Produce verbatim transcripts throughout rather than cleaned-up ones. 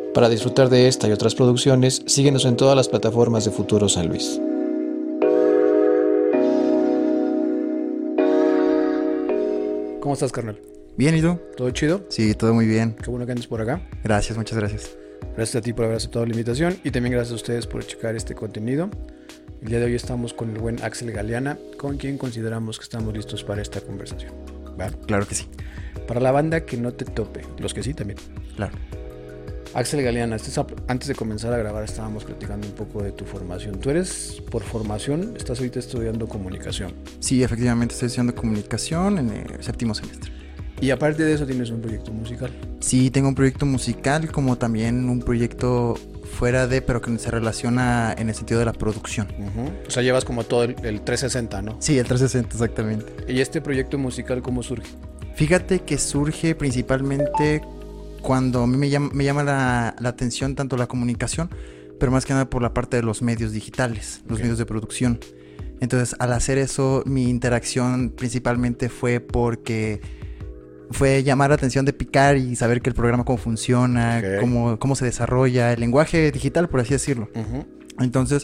Para disfrutar de esta y otras producciones, síguenos en todas las plataformas de Futuro San Luis. ¿Cómo estás, carnal? Bien, ¿y tú? ¿Todo chido? Sí, todo muy bien. Qué bueno que andes por acá. Gracias, muchas gracias. Gracias a ti por haber aceptado la invitación y también gracias a ustedes por checar este contenido. El día de hoy estamos con el buen Axel Galeana, con quien consideramos que estamos listos para esta conversación. ¿Va? Claro que sí. Para la banda que no te tope, los que sí también. Claro. Axel Galeana, antes de comenzar a grabar estábamos platicando un poco de tu formación. Tú eres, por formación, estás ahorita estudiando comunicación. Sí, efectivamente estoy estudiando comunicación en el séptimo semestre. Y aparte de eso tienes un proyecto musical. Sí, tengo un proyecto musical como también un proyecto fuera de, pero que se relaciona en el sentido de la producción. Uh-huh. O sea, llevas como todo el, el trescientos sesenta, ¿no? Sí, el trescientos sesenta, exactamente. ¿Y este proyecto musical cómo surge? Fíjate que surge principalmente cuando a mí me llama, me llama la, la atención tanto la comunicación, pero más que nada por la parte de los medios digitales, los okay. medios de producción. Entonces, al hacer eso, mi interacción principalmente fue porque fue llamar la atención de picar y saber que el programa cómo funciona, okay. cómo, cómo se desarrolla, el lenguaje digital, por así decirlo. Uh-huh. Entonces,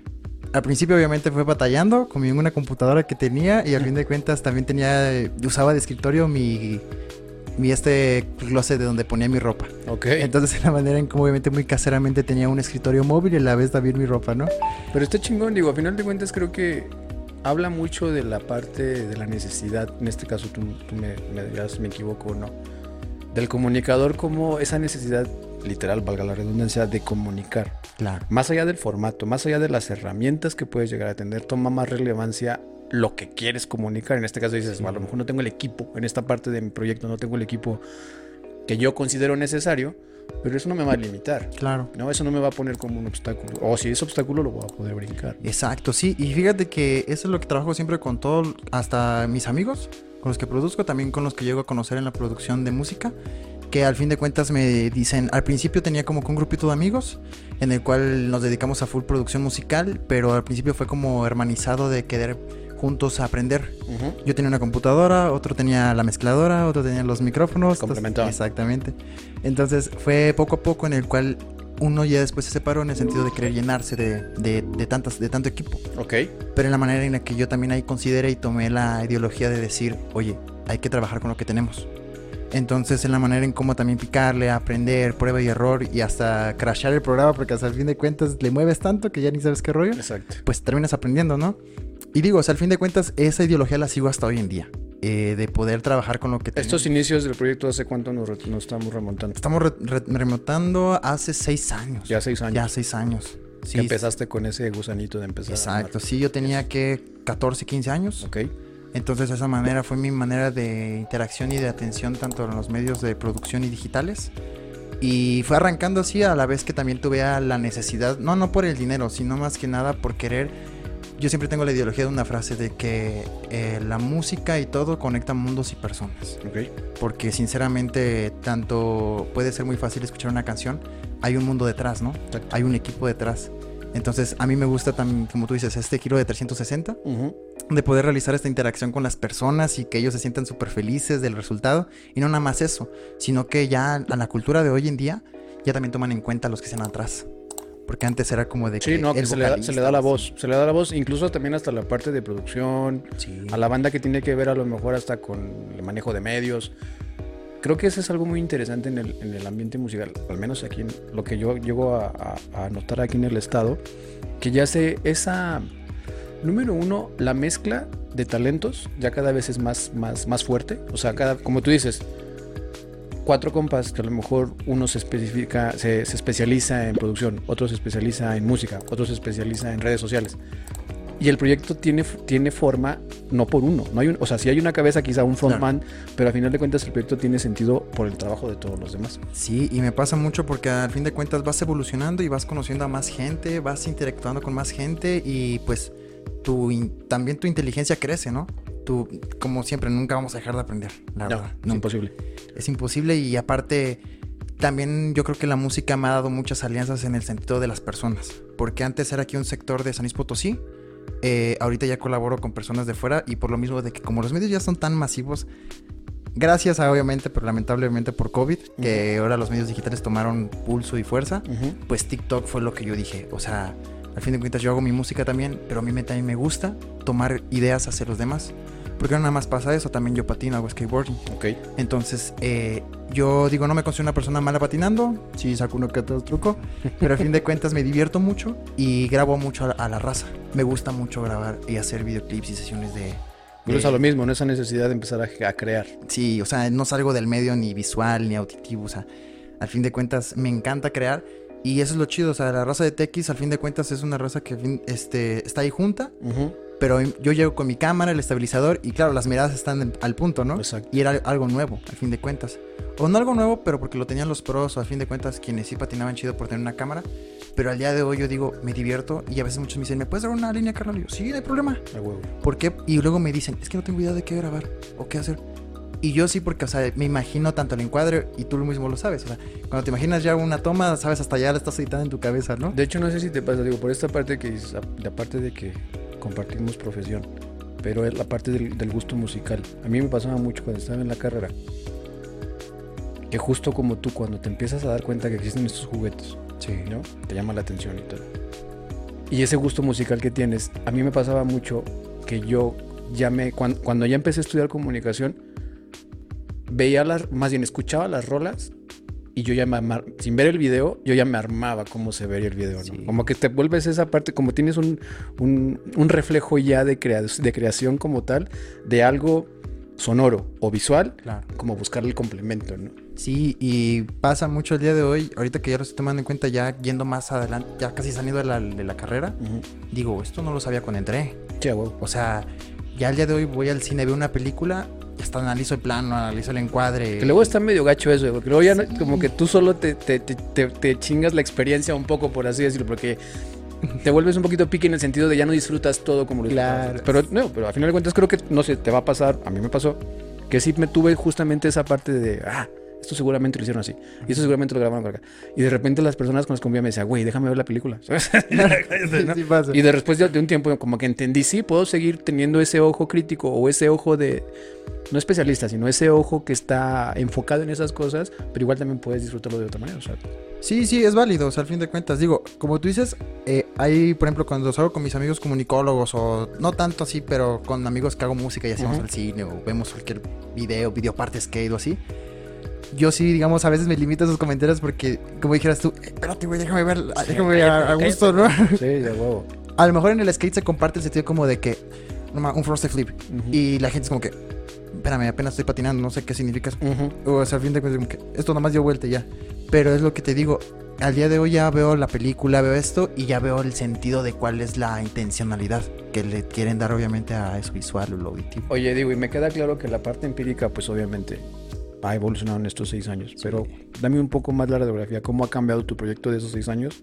al principio obviamente fue batallando con una computadora que tenía y al uh-huh. fin de cuentas también tenía, usaba de escritorio mi, mi este closet de donde ponía mi ropa. Okay. Entonces, la manera en cómo obviamente muy caseramente tenía un escritorio móvil y a la vez también mi ropa, ¿no? Pero está chingón, digo, a final de cuentas creo que habla mucho de la parte de la necesidad, en este caso tú, tú me, me dirás, me equivoco o no, del comunicador, como esa necesidad literal, valga la redundancia, de comunicar. Claro. Más allá del formato, más allá de las herramientas que puedes llegar a tener, toma más relevancia lo que quieres comunicar. En este caso dices, sí. a lo mejor no tengo el equipo, en esta parte de mi proyecto no tengo el equipo que yo considero necesario, pero eso no me va a limitar. Claro. No, eso no me va a poner como un obstáculo. O si es obstáculo, lo voy a poder brincar. Exacto, sí. Y fíjate que eso es lo que trabajo siempre con todos, hasta mis amigos, con los que produzco, también con los que llego a conocer en la producción de música, que al fin de cuentas me dicen, al principio tenía como que un grupito de amigos, en el cual nos dedicamos a full producción musical, pero al principio fue como hermanizado de querer juntos a aprender. Uh-huh. Yo tenía una computadora, otro tenía la mezcladora, otro tenía los micrófonos. Complementaban. Exactamente. Entonces fue poco a poco en el cual uno ya después se separó en el sentido de querer llenarse de, de, de, tantas, de tanto equipo. Ok. Pero en la manera en la que yo también ahí consideré y tomé la ideología de decir, oye, hay que trabajar con lo que tenemos. Entonces, en la manera en cómo también picarle, aprender, prueba y error y hasta crashear el programa, porque hasta el fin de cuentas le mueves tanto que ya ni sabes qué rollo. Exacto. Pues terminas aprendiendo, ¿no? Y digo, o sea, al fin de cuentas, esa ideología la sigo hasta hoy en día. Eh, de poder trabajar con lo que tenemos. ¿Estos inicios del proyecto hace cuánto nos, re- nos estamos remontando? Estamos re- re- remontando hace seis años. Ya seis años. Ya seis años. Sí, empezaste con ese gusanito de empezar. Exacto, sí, yo tenía que catorce, quince años. Ok. Entonces esa manera fue mi manera de interacción y de atención tanto en los medios de producción y digitales. Y fue arrancando así a la vez que también tuve la necesidad, no, no por el dinero, sino más que nada por querer. Yo siempre tengo la ideología de una frase de que eh, la música y todo conecta mundos y personas. Okay. Porque sinceramente tanto puede ser muy fácil escuchar una canción, hay un mundo detrás, ¿no? Exacto. Hay un equipo detrás. Entonces a mí me gusta también, como tú dices, este giro de trescientos sesenta, uh-huh. de poder realizar esta interacción con las personas y que ellos se sientan súper felices del resultado. Y no nada más eso, sino que ya a la cultura de hoy en día ya también toman en cuenta a los que están atrás. Porque antes era como de que... Sí, no, que se le, da, se le da la voz. Se le da la voz, incluso también hasta la parte de producción. Sí. A la banda que tiene que ver a lo mejor hasta con el manejo de medios. Creo que eso es algo muy interesante en el, en el ambiente musical. Al menos aquí, en lo que yo llego a, a, a notar aquí en el estado. Que ya sé esa... Número uno, la mezcla de talentos ya cada vez es más, más, más fuerte. O sea, cada, como tú dices... Cuatro compas que a lo mejor uno se especifica, se, se especializa en producción, otro se especializa en música, otro se especializa en redes sociales. Y el proyecto tiene, tiene forma no por uno. No hay un, o sea, sí hay una cabeza, quizá un frontman, claro. Pero al final de cuentas el proyecto tiene sentido por el trabajo de todos los demás. Sí, y me pasa mucho porque al fin de cuentas vas evolucionando y vas conociendo a más gente, vas interactuando con más gente y pues tu, también tu inteligencia crece, ¿no? Tú, como siempre, nunca vamos a dejar de aprender, la no, verdad. Es nunca. imposible. Es imposible y aparte también yo creo que la música me ha dado muchas alianzas en el sentido de las personas. Porque antes era aquí un sector de San Luis Potosí, eh, ahorita ya colaboro con personas de fuera y por lo mismo de que como los medios ya son tan masivos, gracias a, obviamente, pero lamentablemente por COVID, uh-huh. que ahora los medios digitales tomaron pulso y fuerza, uh-huh. pues TikTok fue lo que yo dije, o sea, al fin de cuentas yo hago mi música también, pero a mí me, también me gusta tomar ideas hacia los demás, porque no nada más pasa eso, también yo patino, hago skateboarding. Okay. Entonces, eh, yo digo, no me considero una persona mala patinando, sí saco uno que otro truco, pero al fin de cuentas me divierto mucho y grabo mucho a, a la raza. Me gusta mucho grabar y hacer videoclips y sesiones de... Pero es a lo mismo, ¿no? Esa necesidad de empezar a, a crear. Sí, o sea, no salgo del medio ni visual ni auditivo, o sea, al fin de cuentas me encanta crear y eso es lo chido, o sea, la raza de Tequis al fin de cuentas es una raza que este, está ahí junta, uh-huh. pero yo llego con mi cámara, el estabilizador y claro, las miradas están en, al punto, ¿no? Exacto. Y era algo nuevo, al fin de cuentas. O no algo nuevo, pero porque lo tenían los pros, o al fin de cuentas quienes sí patinaban chido por tener una cámara. Pero al día de hoy yo digo, me divierto y a veces muchos me dicen, ¿me puedes dar una línea, carnal? Y yo, sí, no hay problema. A huevo. ¿Por qué? Y luego me dicen, es que no tengo idea de qué grabar o qué hacer. Y yo sí, porque, o sea, me imagino tanto el encuadre y tú lo mismo lo sabes. O sea, cuando te imaginas ya una toma, sabes, hasta ya la estás editando en tu cabeza, ¿no? De hecho, no sé si te pasa, digo, por esta parte que dices, aparte de que compartimos profesión, pero es la parte del, del gusto musical. A mí me pasaba mucho cuando estaba en la carrera, que justo como tú, cuando te empiezas a dar cuenta que existen estos juguetes, sí, ¿no? Te llama la atención y todo. Y ese gusto musical que tienes, a mí me pasaba mucho que yo ya me, cuando, cuando ya empecé a estudiar comunicación, veía las, más bien escuchaba las rolas y yo ya me armaba, sin ver el video, yo ya me armaba cómo se vería el video, ¿no? Sí. Como que te vuelves esa parte, como tienes un, un, un reflejo ya de, crea, de creación como tal, de algo sonoro o visual, claro. Como buscar el complemento, ¿no? Sí, y pasa mucho el día de hoy, ahorita que ya lo estoy tomando en cuenta, ya yendo más adelante, ya casi saliendo de la, de la carrera, uh-huh. digo, esto no lo sabía cuando entré. Sí, güey. O sea, ya el día de hoy voy al cine, veo una película, hasta analizo el plano, analizo el encuadre. Que luego está medio gacho eso, porque luego ya sí. no, como que tú solo te, te, te, te, te chingas la experiencia un poco, por así decirlo, porque te vuelves un poquito pique en el sentido de ya no disfrutas todo como lo claro. disfrutas. Pero no, pero a final de cuentas creo que, no sé, te va a pasar, a mí me pasó, que sí me tuve justamente esa parte de, ah, esto seguramente lo hicieron así, y esto seguramente lo grabaron por acá. Y de repente las personas con las que convivía me decían, güey, déjame ver la película. ¿No? Sí pasa. Y de después de un tiempo como que entendí, sí, puedo seguir teniendo ese ojo crítico o ese ojo de, no especialista, sino ese ojo que está enfocado en esas cosas, pero igual también puedes disfrutarlo de otra manera, o sea. Sí, sí, es válido, o sea, al fin de cuentas, digo, como tú dices, eh, hay, por ejemplo, cuando salgo con mis amigos comunicólogos, o no tanto así, pero con amigos que hago música y hacemos uh-huh. al cine, o vemos cualquier video, videoparte skate o así, yo sí, digamos, a veces me limito a esos comentarios porque, como dijeras tú, espérate, güey, déjame ver, sí, déjame ver a, a gusto, ¿no? Sí, de huevo. A lo mejor en el skate se comparte el sentido como de que, no, un frosted flip, uh-huh. y la gente es como que, espérame, apenas estoy patinando, no sé qué significa eso. Uh-huh. O sea, al fin de cuentas, como que esto nomás dio vuelta y ya. Pero es lo que te digo, al día de hoy ya veo la película, veo esto y ya veo el sentido de cuál es la intencionalidad que le quieren dar obviamente a eso visual o lo auditivo. Oye, digo, y me queda claro que la parte empírica pues obviamente ha evolucionado en estos seis años, sí. Pero dame un poco más la radiografía, ¿cómo ha cambiado tu proyecto de esos seis años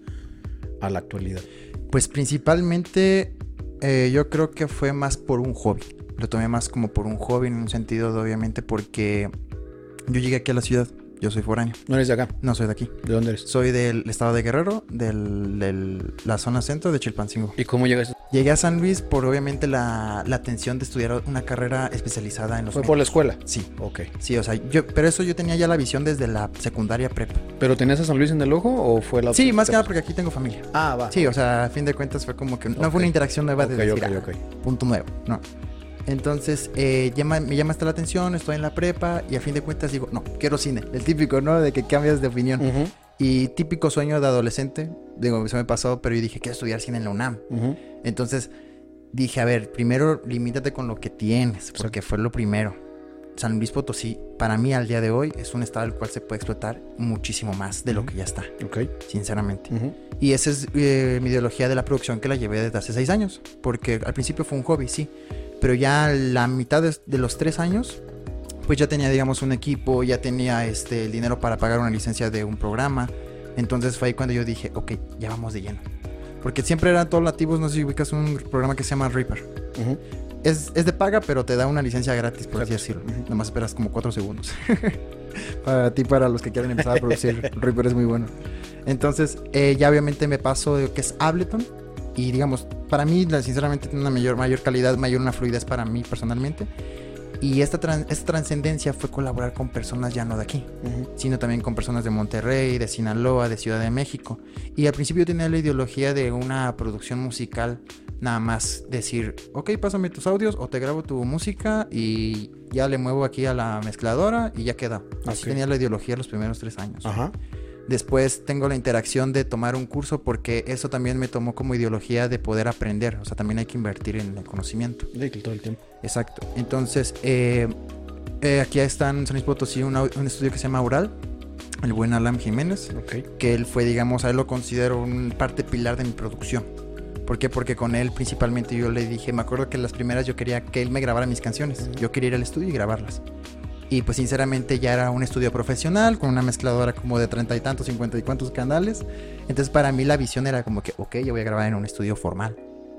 a la actualidad? Pues principalmente eh, yo creo que fue más por un hobby, lo tomé más como por un hobby en un sentido de obviamente porque yo llegué aquí a la ciudad. Yo soy foráneo. ¿No eres de acá? No, soy de aquí. ¿De dónde eres? Soy del estado de Guerrero, de del, la zona centro de Chilpancingo. ¿Y cómo llegaste? Llegué a San Luis por obviamente la, la atención de estudiar una carrera especializada en los ¿Fue medios. por la escuela? Sí. Ok. Sí, o sea, yo, pero eso yo tenía ya la visión desde la secundaria prepa. ¿Pero tenías a San Luis en el ojo o fue la... Sí, más que nada porque aquí tengo familia. Ah, va. Sí, o sea, a fin de cuentas fue como que no okay. fue una interacción nueva de okay, decir, okay, ah, okay. punto nuevo, no. Entonces eh, llama, me llama hasta la atención, estoy en la prepa y a fin de cuentas digo, no, quiero cine. El típico, ¿no? De que cambias de opinión. Uh-huh. Y típico sueño de adolescente, digo, eso me pasó, pero yo dije, quiero estudiar cine en la UNAM. Uh-huh. Entonces dije, a ver, primero limítate con lo que tienes, porque fue lo primero. San Luis Potosí, para mí al día de hoy, es un estado al cual se puede explotar muchísimo más de uh-huh. lo que ya está. Okay. Sinceramente. Uh-huh. Y esa es eh, mi ideología de la producción que la llevé desde hace seis años, porque al principio fue un hobby, sí. Pero ya a la mitad de, de los tres años, pues ya tenía, digamos, un equipo, ya tenía este, el dinero para pagar una licencia de un programa. Entonces fue ahí cuando yo dije, ok, ya vamos de lleno. Porque siempre eran todos nativos, no sé si ubicas un programa que se llama Reaper. Uh-huh. Es, es de paga, pero te da una licencia gratis, por así decirlo. Uh-huh. Nomás esperas como cuatro segundos. Para ti, para los que quieren empezar a producir, Reaper es muy bueno. Entonces, eh, ya obviamente me paso de que es Ableton. Y digamos, para mí, sinceramente, tiene una mayor, mayor calidad, mayor una fluidez para mí personalmente. Y esta, tran- esta trascendencia fue colaborar con personas ya no de aquí, Uh-huh. sino también con personas de Monterrey, de Sinaloa, de Ciudad de México. Y al principio yo tenía la ideología de una producción musical, nada más decir, ok, pásame tus audios o te grabo tu música y ya le muevo aquí a la mezcladora y ya queda. Así Ok. tenía la ideología los primeros tres años. Ajá. Después tengo la interacción de tomar un curso porque eso también me tomó como ideología de poder aprender. O sea, también hay que invertir en el conocimiento. Sí, todo el tiempo. Exacto. Entonces, eh, eh, aquí está en San Luis Potosí un, au- un estudio que se llama Aural, el buen Alan Jiménez, Ok. que él fue, digamos, a él lo considero un parte pilar de mi producción. ¿Por qué? Porque con él principalmente yo le dije, me acuerdo que las primeras yo quería que él me grabara mis canciones. Yo quería ir al estudio y grabarlas. Y pues sinceramente ya era un estudio profesional, con una mezcladora como de treinta y tantos, cincuenta y cuantos canales. Entonces para mí la visión era como que, ok, yo voy a grabar en un estudio formal.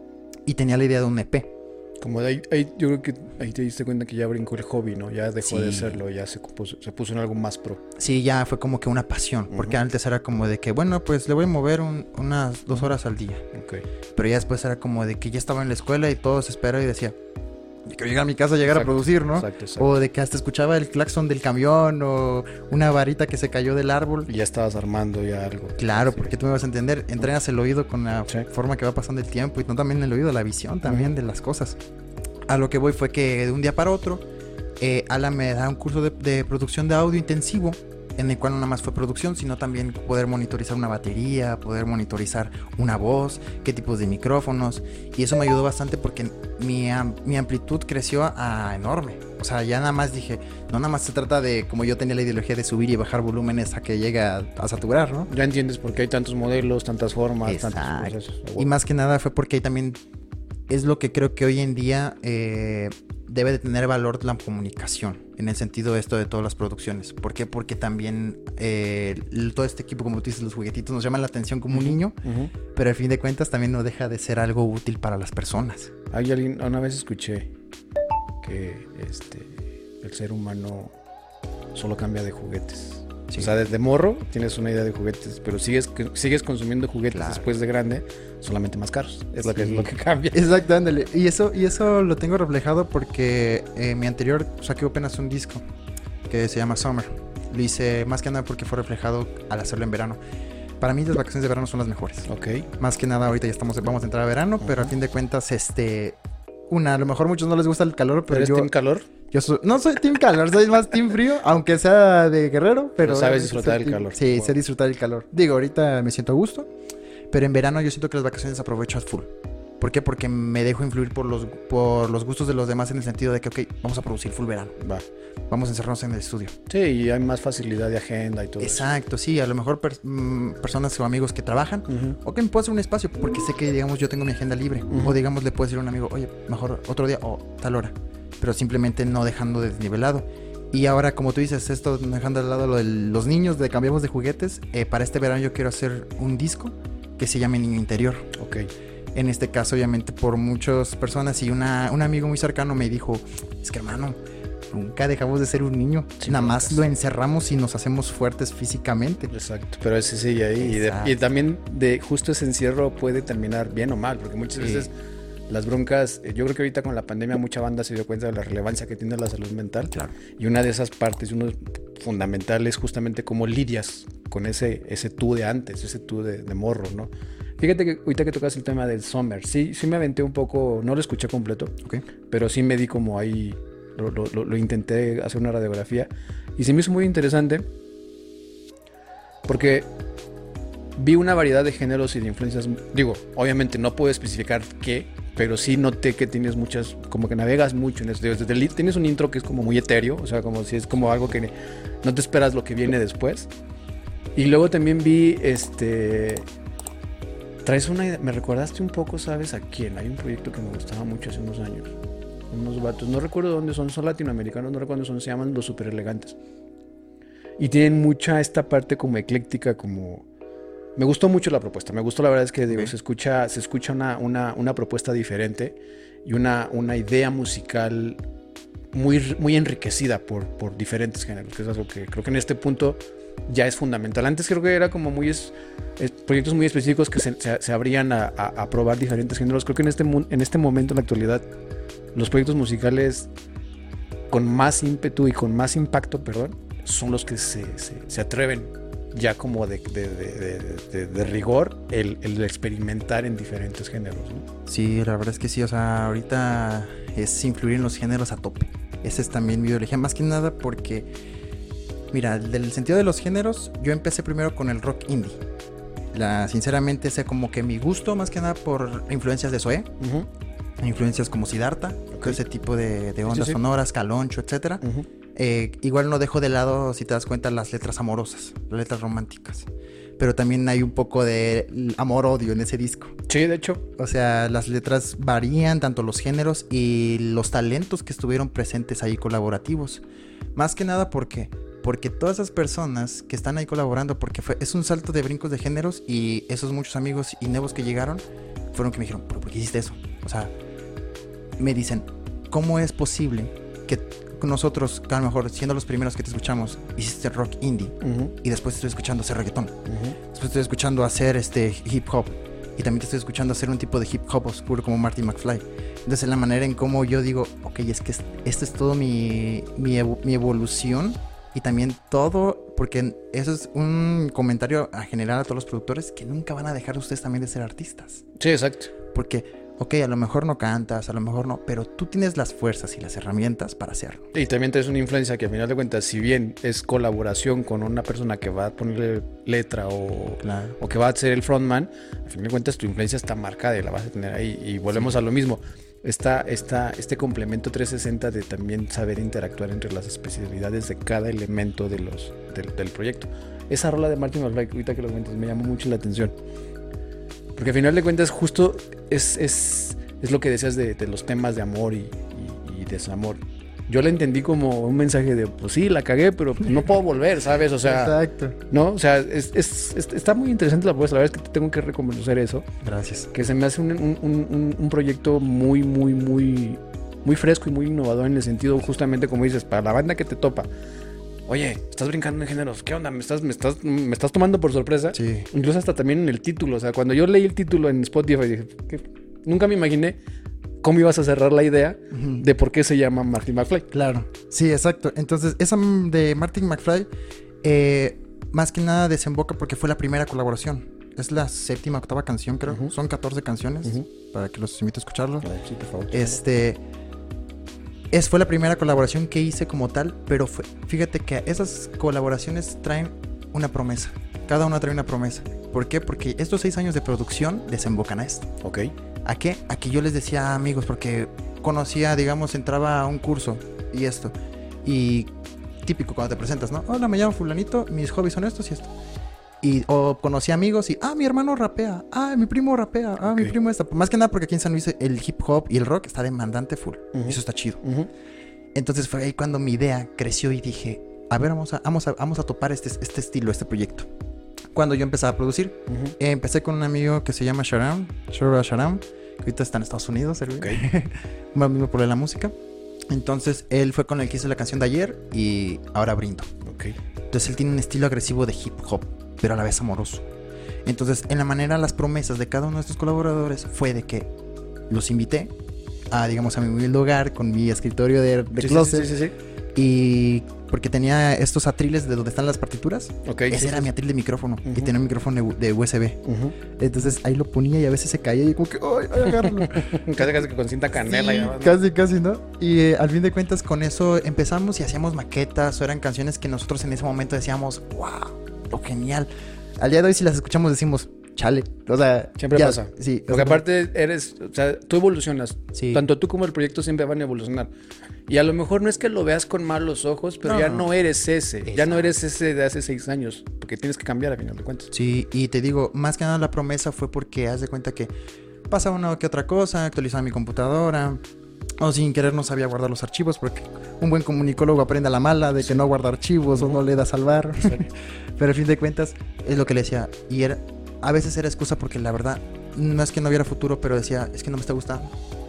Y tenía la idea de un E P. Como de ahí, ahí- yo creo que ahí te diste cuenta que ya brincó el hobby, ¿no? Ya dejó Sí. de serlo, ya se puso, se puso en algo más pro. Sí, ya fue como que una pasión. Porque Ujú. antes era como de que, bueno, pues le voy a mover un- unas dos horas al día. Ok. Pero ya después era como de que ya estaba en la escuela y todo se espera y decía, yo quiero llegar a mi casa a llegar Exacto, a producir, ¿no? Exacto, exacto. O de que hasta escuchaba el claxon del camión o una varita que se cayó del árbol. Y ya estabas armando ya algo. Claro, Sí. porque tú me vas a entender. Entrenas el oído con la Sí. forma que va pasando el tiempo y no también el oído, la visión también Ujú. de las cosas. A lo que voy fue que de un día para otro, eh, Alan me da un curso de, de producción de audio intensivo, en el cual no nada más fue producción, sino también poder monitorizar una batería, poder monitorizar una voz, qué tipos de micrófonos. Y eso me ayudó bastante porque mi, am- mi amplitud creció a, a enorme. O sea, ya nada más dije, no nada más se trata de, como yo tenía la ideología de subir y bajar volúmenes a que llegue a, a saturar, ¿no? Ya entiendes por qué hay tantos modelos, tantas formas, tantos Exacto. procesos. Y más que nada fue porque ahí también es lo que creo que hoy en día eh, debe de tener valor la comunicación, en el sentido de esto de todas las producciones. ¿Por qué? Porque también eh, el- todo este equipo, como tú dices, los juguetitos nos llaman la atención como un niño, Ujú. pero al fin de cuentas también no deja de ser algo útil para las personas. Hay alguien, una vez escuché que este, el ser humano solo cambia de juguetes. Sí. O sea, desde morro tienes una idea de juguetes, pero sigues, sigues consumiendo juguetes Claro. después de grande, solamente más caros. Es lo que, es Sí. lo que cambia. Exacto, ándale. Y eso, y eso lo tengo reflejado porque eh, mi anterior saqué apenas un disco que se llama Summer. Lo hice más que nada porque fue reflejado al hacerlo en verano. Para mí las vacaciones de verano son las mejores. Ok. Más que nada ahorita ya estamos, vamos a entrar a verano, pero a Ujú. fin de cuentas, este... Una, a lo mejor a muchos no les gusta el calor, pero ¿Eres yo, team calor? yo soy- no soy team calor, soy más team frío, aunque sea de guerrero, pero... Pero sabes obviamente disfrutar soy el team- calor. Sí, Wow. sé disfrutar el calor. Digo, ahorita me siento a gusto, pero en verano yo siento que las vacaciones aprovecho a full. ¿Por qué? Porque me dejo influir por los, por los gustos de los demás en el sentido de que, ok, vamos a producir full verano, Va. vamos a encerrarnos en el estudio. Sí, y hay más facilidad de agenda y todo Exacto, sí, a lo mejor per- mm, personas o amigos que trabajan, eso. Ujú. ok, me puedo hacer un espacio porque sé que, digamos, yo tengo mi agenda libre. Ujú. O, digamos, le puedo decir a un amigo, oye, mejor otro día o tal hora. Pero simplemente no dejando desnivelado. Y ahora, como tú dices, esto dejando de lado lo de los niños, de cambiamos de juguetes, eh, para este verano yo quiero hacer un disco que se llame Niño Interior. Ok. En este caso, obviamente, por muchas personas. Y una, un amigo muy cercano me dijo, es que hermano, nunca dejamos de ser un niño. Sí, Nada nunca. más lo encerramos y nos hacemos fuertes físicamente. Exacto, pero ese sigue ahí. Y, de- Exacto. y también de justo ese encierro puede terminar bien o mal, porque muchas Sí. veces las broncas, eh, yo creo que ahorita con la pandemia mucha banda se dio cuenta de la relevancia que tiene la salud mental. Claro. Y una de esas partes, uno fundamental es justamente cómo lidias con ese, ese tú de antes, ese tú de, de morro, ¿no? Fíjate que ahorita que tocas el tema del Summer, sí, sí me aventé un poco, no lo escuché completo, Ok. pero sí me di como ahí, lo, lo, lo, lo intenté hacer una radiografía y se me hizo muy interesante porque vi una variedad de géneros y de influencias. Digo, obviamente no puedo especificar qué, pero sí noté que tienes muchas, como que navegas mucho en esto. Desde el, tienes un intro que es como muy etéreo, o sea, como si es como algo que no te esperas lo que viene después. Y luego también vi, este, traes una idea, me recordaste un poco, ¿sabes a quién? Hay un proyecto que me gustaba mucho hace unos años. Unos vatos, no recuerdo dónde son, son latinoamericanos, no recuerdo dónde son, se llaman Los Super Elegantes. Y tienen mucha esta parte como ecléctica, como... Me gustó mucho la propuesta, me gustó, la verdad es que digo, Ok. se escucha, se escucha una, una, una propuesta diferente y una, una idea musical muy, muy enriquecida por, por diferentes géneros, que es algo que creo que en este punto ya es fundamental. Antes creo que era como muy es, es, proyectos muy específicos que se, se, se abrían a, a, a probar diferentes géneros. Creo que en este, en este momento, en la actualidad, los proyectos musicales con más ímpetu y con más impacto, perdón, son los que se, se, se atreven ya como de, de, de, de, de, de rigor el, el experimentar en diferentes géneros, ¿no? Sí, la verdad es que sí, o sea, ahorita es influir en los géneros a tope. Ese es también mi ideología, más que nada porque, mira, del sentido de los géneros, yo empecé primero con el rock indie. La, sinceramente, ese como que mi gusto, más que nada por influencias de Zoé, uh-huh. influencias como Siddhartha, okay. ese tipo de, de ondas sí, sí. sonoras, Caloncho, etcétera. Uh-huh. Eh, igual no dejo de lado, si te das cuenta, las letras amorosas, las letras románticas. Pero también hay un poco de amor-odio en ese disco. Sí, de hecho. O sea, las letras varían, tanto los géneros y los talentos que estuvieron presentes ahí colaborativos. Más que nada, ¿por qué? Porque todas esas personas que están ahí colaborando, porque fue, es un salto de brincos de géneros, y esos muchos amigos y nuevos que llegaron fueron que me dijeron, ¿pero por qué hiciste eso? O sea, me dicen, ¿cómo es posible que nosotros, que a lo mejor siendo los primeros que te escuchamos, hiciste rock indie, uh-huh. y después te estoy escuchando hacer reggaetón, uh-huh. después te estoy escuchando hacer este hip hop, y también te estoy escuchando hacer un tipo de hip hop oscuro como Marty McFly? Entonces, la manera en cómo yo digo, ok, es que esto es todo mi, mi, evo, mi evolución, y también todo, porque eso es un comentario a generar a todos los productores, que nunca van a dejar ustedes también de ser artistas. Sí, exacto. Porque, ok, a lo mejor no cantas, a lo mejor no, pero tú tienes las fuerzas y las herramientas para hacerlo. Y también tienes una influencia que, al final de cuentas, si bien es colaboración con una persona que va a ponerle letra o, claro. o que va a ser el frontman, al final de cuentas tu influencia está marcada y la vas a tener ahí. Y volvemos sí. a lo mismo. Está, está este complemento trescientos sesenta de también saber interactuar entre las especialidades de cada elemento de los, del, del proyecto. Esa rola de Marty McFly, ahorita que lo comentas, me llamó mucho la atención. Porque al final de cuentas justo es, es, es lo que decías de, de los temas de amor y, y, y desamor. Yo la entendí como un mensaje de, pues sí, la cagué, pero pues no puedo volver, ¿sabes? O sea, exacto. ¿no? O sea, es, es, es, está muy interesante la propuesta. La verdad es que te tengo que reconocer eso. Gracias. Que se me hace un, un, un, un proyecto muy, muy, muy, muy fresco y muy innovador en el sentido, justamente como dices, para la banda que te topa. Oye, estás brincando en géneros, ¿qué onda? ¿Me estás, me estás, me estás tomando por sorpresa? Sí. Incluso hasta también en el título. O sea, cuando yo leí el título en Spotify, dije, ¿qué? Nunca me imaginé cómo ibas a cerrar la idea uh-huh. de por qué se llama Marty McFly. Claro, sí, exacto. Entonces, esa de Marty McFly, eh, más que nada desemboca porque fue la primera colaboración. Es la séptima, octava canción, creo. Uh-huh. Son catorce canciones, uh-huh. para que los invite a escucharlo. Sí, por favor. Este... Es, fue la primera colaboración que hice como tal, pero fue, fíjate que esas colaboraciones traen una promesa. Cada una trae una promesa. ¿Por qué? Porque estos seis años de producción desembocan a esto. Ok. ¿A qué? A que yo les decía a amigos, porque conocía, digamos, entraba a un curso y esto. Y típico cuando te presentas, ¿no? Hola, me llamo fulanito, mis hobbies son estos y esto. Y o conocí amigos y, ah, mi hermano rapea, ah, mi primo rapea, ah, okay. mi primo esta. Más que nada porque aquí en San Luis el hip hop y el rock está demandante full. Uh-huh. Y eso está chido. Uh-huh. Entonces fue ahí cuando mi idea creció y dije, a ver, vamos a, vamos a, vamos a topar este, este estilo, este proyecto. Cuando yo empecé a producir, uh-huh. eh, empecé con un amigo que se llama Sharam, Shura Sharam, que ahorita está en Estados Unidos, el okay. más mismo por la música. Entonces él fue con el que hizo la canción de ayer y ahora brindo. Okay. Entonces él tiene un estilo agresivo de hip hop, pero a la vez amoroso. Entonces, en la manera, las promesas de cada uno de estos colaboradores fue de que los invité a, digamos, a mi humilde hogar con mi escritorio de, de sí, closet. Sí, sí, sí, sí. Y porque tenía estos atriles de donde están las partituras. Okay, ese sí, era sí. mi atril de micrófono. Uh-huh. Y tenía un micrófono de U S B. Uh-huh. Entonces ahí lo ponía y a veces se caía y como que, ¡ay, ay, agárralo! Casi casi que con cinta canela. Sí, ya, ¿no? Casi, casi, ¿no? Y eh, al fin de cuentas con eso empezamos y hacíamos maquetas o eran canciones que nosotros en ese momento decíamos, ¡wow! ¡Lo genial! Al día de hoy si las escuchamos decimos, chale, o sea... Siempre ya, pasa. Sí. Porque sea, aparte eres... O sea, tú evolucionas. Sí. Tanto tú como el proyecto siempre van a evolucionar. Y a lo mejor no es que lo veas con malos ojos, pero no, ya no eres ese. Exacto. Ya no eres ese de hace seis años. Porque tienes que cambiar a final de cuentas. Sí, y te digo, más que nada la promesa fue porque haz de cuenta que pasaba una que otra cosa, actualizaba mi computadora... O sin querer no sabía guardar los archivos, porque un buen comunicólogo aprende a la mala de que no guarda archivos o no le da salvar. Pero al fin de cuentas es lo que le decía. Y era, a veces era excusa porque la verdad no es que no hubiera futuro, pero decía, es que no me está gustando.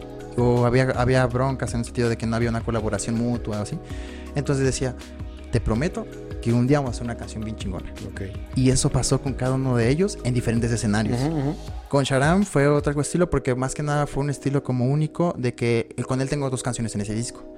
O había, había broncas en el sentido de que no había una colaboración mutua o así. Entonces decía, te prometo que un día vamos a hacer una canción bien chingona. Okay. Y eso pasó con cada uno de ellos en diferentes escenarios. Uh-huh, uh-huh. Con Sharam fue otro estilo porque más que nada fue un estilo como único de que con él tengo dos canciones en ese disco.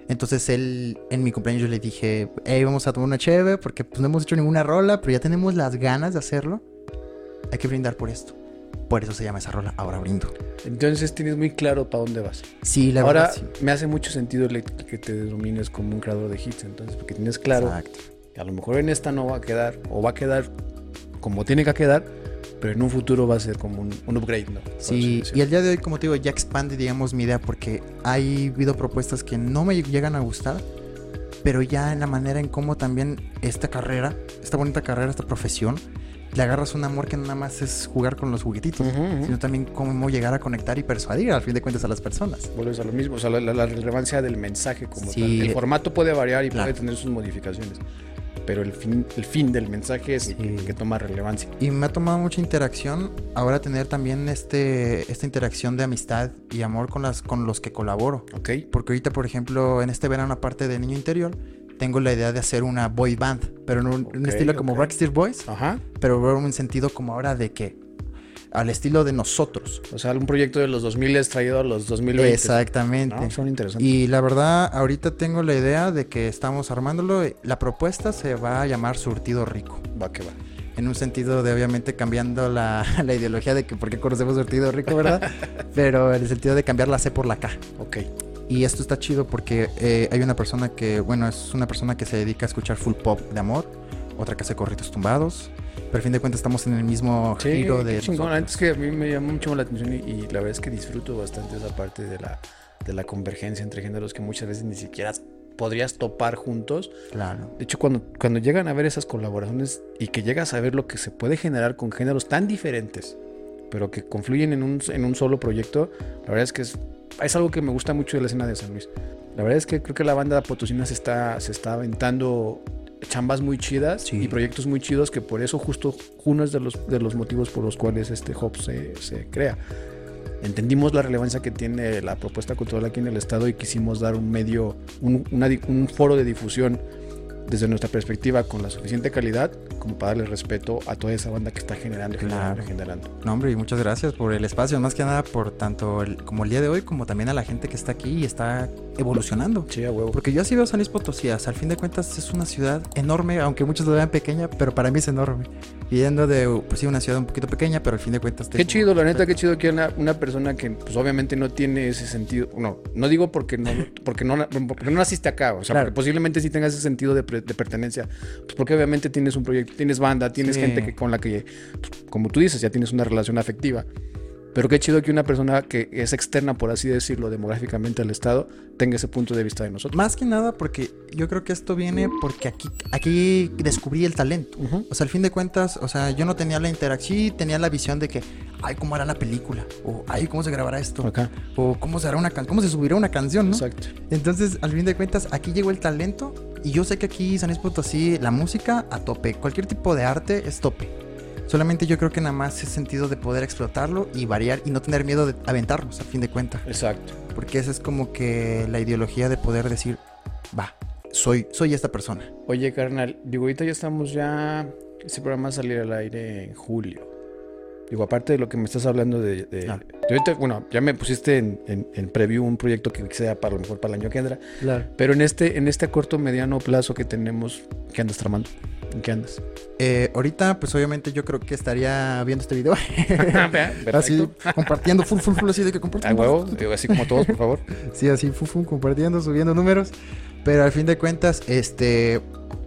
Entonces él, en mi cumpleaños yo le dije, hey, vamos a tomar una cheve porque pues no hemos hecho ninguna rola, pero ya tenemos las ganas de hacerlo. Hay que brindar por esto. Por eso se llama esa rola, Ahora Brindo. Entonces tienes muy claro para dónde vas. Sí, la Ahora, verdad, sí. me hace mucho sentido el que te denomines como un creador de hits, entonces, porque tienes claro Exacto. que a lo mejor en esta no va a quedar, o va a quedar como tiene que quedar, pero en un futuro va a ser como un, un upgrade, ¿no? Por Sí, así y el día de hoy, como te digo, ya expande, digamos, mi idea, porque hay habido propuestas que no me llegan a gustar, pero ya en la manera en cómo también esta carrera, esta bonita carrera, esta profesión, le agarras un amor que no nada más es jugar con los juguetitos, Uh-huh, uh-huh. sino también cómo llegar a conectar y persuadir, al fin de cuentas, a las personas. Vuelves a lo mismo, o sea, la, la- la relevancia del mensaje como Sí. tal. El formato puede variar y Claro. puede tener sus modificaciones, pero el fin, el fin del mensaje es Sí. el que toma relevancia. Y me ha tomado mucha interacción ahora tener también este esta interacción de amistad y amor con las con los que colaboro. ¿Ok? Porque ahorita, por ejemplo, en este verano, aparte de Niño Interior, tengo la idea de hacer una boy band, pero en un, un Ok, estilo como ok. Backstreet Boys, Ajá. pero en un sentido como ahora de que al estilo de nosotros. O sea, un proyecto de los dos mil traído a los dos mil veinte. Exactamente. ¿No? Son interesantes. Y la verdad, ahorita tengo la idea de que estamos armándolo. La propuesta se va a llamar Surtido Rico. Va que va. En un sentido de, obviamente, cambiando la, la ideología de que por qué conocemos Surtido Rico, ¿verdad? Pero en el sentido de cambiar la C por la K. Ok. Y esto está chido porque eh, hay una persona que, bueno, es una persona que se dedica a escuchar full pop de amor, otra que hace corridos tumbados, pero al fin de cuentas estamos en el mismo Sí, giro de qué chingón. La neta nosotros. es que a mí me llama mucho la atención y, y la verdad es que disfruto bastante esa parte de la, de la convergencia entre géneros que muchas veces ni siquiera podrías topar juntos. Claro. De hecho, cuando, cuando llegan a ver esas colaboraciones y que llegas a ver lo que se puede generar con géneros tan diferentes, pero que confluyen en un, en un solo proyecto, la verdad es que es, es algo que me gusta mucho de la escena de San Luis. La verdad es que creo que la banda potosina se está, se está aventando chambas muy chidas Sí. y proyectos muy chidos, que por eso justo uno es de los, de los motivos por los cuales este Hop se, se crea. Entendimos la relevancia que tiene la propuesta cultural aquí en el estado y quisimos dar un medio, un, una, un foro de difusión desde nuestra perspectiva con la suficiente calidad como para darle respeto a toda esa banda que está generando, generando, Claro. generando. No, hombre, y muchas gracias por el espacio, más que nada por tanto el, como el día de hoy, como también a la gente que está aquí y está evolucionando. Sí, a huevo. Porque yo así veo San Luis Potosí, o sea, al fin de cuentas es una ciudad enorme, aunque muchos lo vean pequeña, pero para mí es enorme. Yendo de, pues sí, una ciudad un poquito pequeña, pero al fin de cuentas... Qué chido, la neta, qué chido que una, una persona que pues obviamente no tiene ese sentido, no, no digo porque no, porque no, porque no naciste acá, o sea, Claro. porque posiblemente sí tengas ese sentido de, pre- de pertenencia, pues porque obviamente tienes un proyecto, tienes banda, tienes Sí. gente que, con la que, pues, como tú dices, ya tienes una relación afectiva. Pero qué chido que una persona que es externa, por así decirlo, demográficamente al estado, tenga ese punto de vista de nosotros. Más que nada porque yo creo que esto viene porque aquí, aquí descubrí el talento. Uh-huh. O sea, al fin de cuentas, o sea, yo no tenía la interacción, sí tenía la visión de que, ay, ¿cómo hará la película? O, ay, ¿cómo se grabará esto? Acá. O, ¿cómo se hará una can- cómo se subirá una canción, no? Exacto. Entonces, al fin de cuentas, aquí llegó el talento y yo sé que aquí, San Luis Potosí, la música a tope. Cualquier tipo de arte es tope. Solamente yo creo que nada más es sentido de poder explotarlo y variar y no tener miedo de aventarnos, al fin de cuentas. Exacto. Porque esa es como que la ideología de poder decir, va, soy, soy esta persona. Oye, carnal, digo, ahorita ya estamos ya, este programa va a salir al aire en julio. Digo, aparte de lo que me estás hablando de... de, Claro. de ahorita, bueno, ya me pusiste en, en, en preview un proyecto que sea para lo mejor para el año que entra. Claro. Pero en este, en este corto, mediano plazo que tenemos, ¿qué andas tramando? ¿En qué andas? Eh, ahorita, pues obviamente yo creo que estaría viendo este video. Perfecto. Así, compartiendo, full, full, full, así de que A compartiendo. huevo, digo, así como todos, por favor. Sí, así, full, full, compartiendo, subiendo números. Pero al fin de cuentas, este...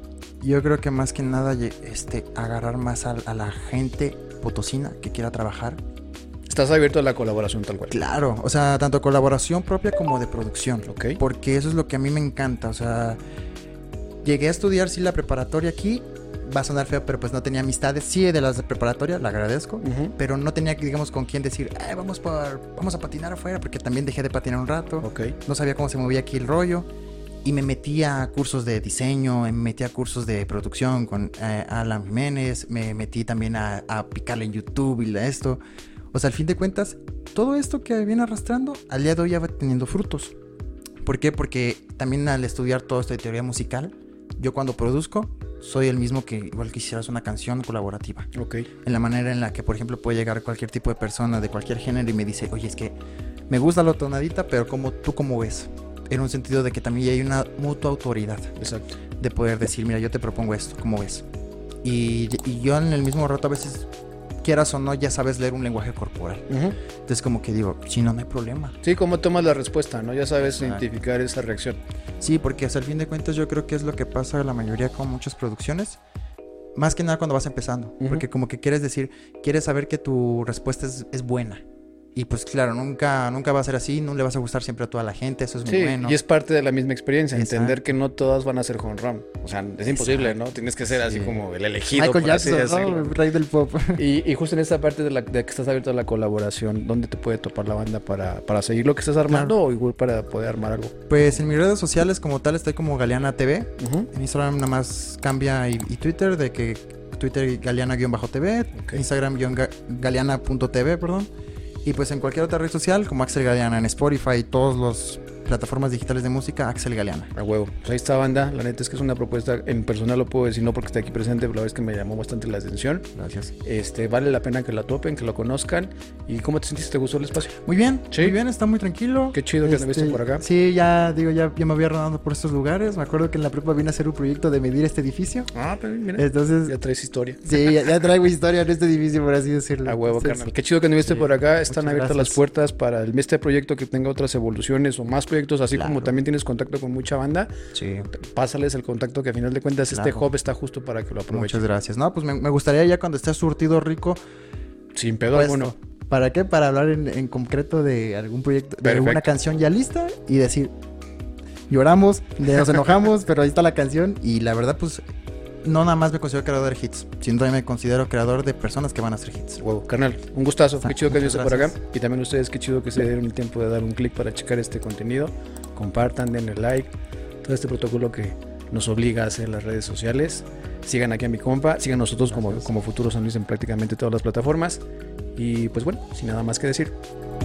Yo creo que más que nada, ye- este, agarrar más a, a la gente potosina que quiera trabajar. Estás abierto a la colaboración tal cual. Claro, o sea, tanto colaboración propia como de producción. Ok. Porque eso es lo que a mí me encanta. O sea, llegué a estudiar, sí, la preparatoria aquí. Va a sonar feo, pero pues no tenía amistades. Sí, de las de preparatoria, la agradezco. Ujú. Pero no tenía, digamos, con quién decir, "Ay, vamos, por, vamos a patinar afuera", porque también dejé de patinar un rato. Ok. No sabía cómo se movía aquí el rollo. Y me metí a cursos de diseño, me metí a cursos de producción con eh, Alan Jiménez, me metí también a, a picarle en YouTube y la- esto. O sea, al fin de cuentas, todo esto que viene arrastrando, al día de hoy ya va teniendo frutos. ¿Por qué? Porque también al estudiar todo esto de teoría musical, yo cuando produzco, soy el mismo que igual que hicieras una canción colaborativa. Ok. En la manera en la que, por ejemplo, puede llegar cualquier tipo de persona de cualquier género y me dice, oye, es que me gusta la tonadita, pero como, ¿tú cómo ves? en un sentido de que también hay una mutua autoridad. Exacto. De poder decir, mira, yo te propongo esto, ¿cómo ves? Y, y yo en el mismo rato a veces, quieras o no, ya sabes leer un lenguaje corporal. Uh-huh. Entonces como que digo, si no, no hay problema. Sí, cómo tomas la respuesta, ¿no? Ya sabes identificar esa reacción. Sí, porque hasta el fin de cuentas yo creo que es lo que pasa la mayoría con muchas producciones. Más que nada cuando vas empezando. Uh-huh. Porque como que quieres decir, quieres saber que tu respuesta es, es buena. Y pues claro, nunca, nunca va a ser así, no le vas a gustar siempre a toda la gente, eso es muy sí, bueno. Y es parte de la misma experiencia, Exacto. entender que no todas van a ser home run. O sea, es imposible, Exacto. ¿no? Tienes que ser así sí. como el elegido. Michael Jackson, ¿no? El rey del pop. Y, y justo en esta parte de, la, de que estás abierto a la colaboración, ¿dónde te puede topar la banda para, para seguir lo que estás armando claro. o igual para poder armar algo? Pues en mis redes sociales como tal estoy como Galeana T V. Uh-huh. En Instagram nada más cambia y, y Twitter de que Twitter Galeana-T V, okay. Instagram-Galeana punto T V, perdón. Y pues en cualquier otra red social, como Axel Galeana, en Spotify, todas las plataformas digitales de música, Axel Galeana. A huevo. Pues ahí está, banda. La neta es que es una propuesta, en personal lo puedo decir, no porque esté aquí presente, pero la verdad es que me llamó bastante la atención. Gracias. Este, vale la pena que la topen, que lo conozcan. ¿Y cómo te sentiste? ¿Te gustó el espacio? Muy bien, ¿Sí? Muy bien, está muy tranquilo. Qué chido este, que me viste por acá. Sí, ya, digo, ya, ya me había rodado por estos lugares. Me acuerdo que en la prepa vine a hacer un proyecto de medir este edificio. Ah, pero mira. Entonces... Ya traes historia. Sí, ya, ya traigo historia en este edificio, por así decirlo. A huevo, Entonces, carnal. Qué chido que me viste sí, por acá. Están abiertas gracias. las puertas para el, este proyecto que tenga otras evoluciones o más proyectos, así claro. como también tienes contacto con mucha banda. Sí. Pásales el contacto que a final de cuentas claro. este hub está justo para que lo aprovechen. Muchas gracias. No, pues me, me gustaría ya cuando esté surtido rico. Sin pedo pues, alguno. ¿Para qué? Para hablar en, en concreto de algún proyecto, de Perfecto. alguna canción ya lista y decir, lloramos, nos enojamos, pero ahí está la canción y la verdad pues no nada más me considero creador de hits, sino también me considero creador de personas que van a hacer hits. Huevo, carnal, un gustazo, Ah, qué chido que viste por acá y también ustedes qué chido que se dieron el tiempo de dar un clic para checar este contenido, compartan, denle like, todo este protocolo que nos obliga a hacer en las redes sociales. Sigan aquí a mi compa, sigan nosotros como, como Futuro San Luis en prácticamente todas las plataformas. Y pues bueno, sin nada más que decir.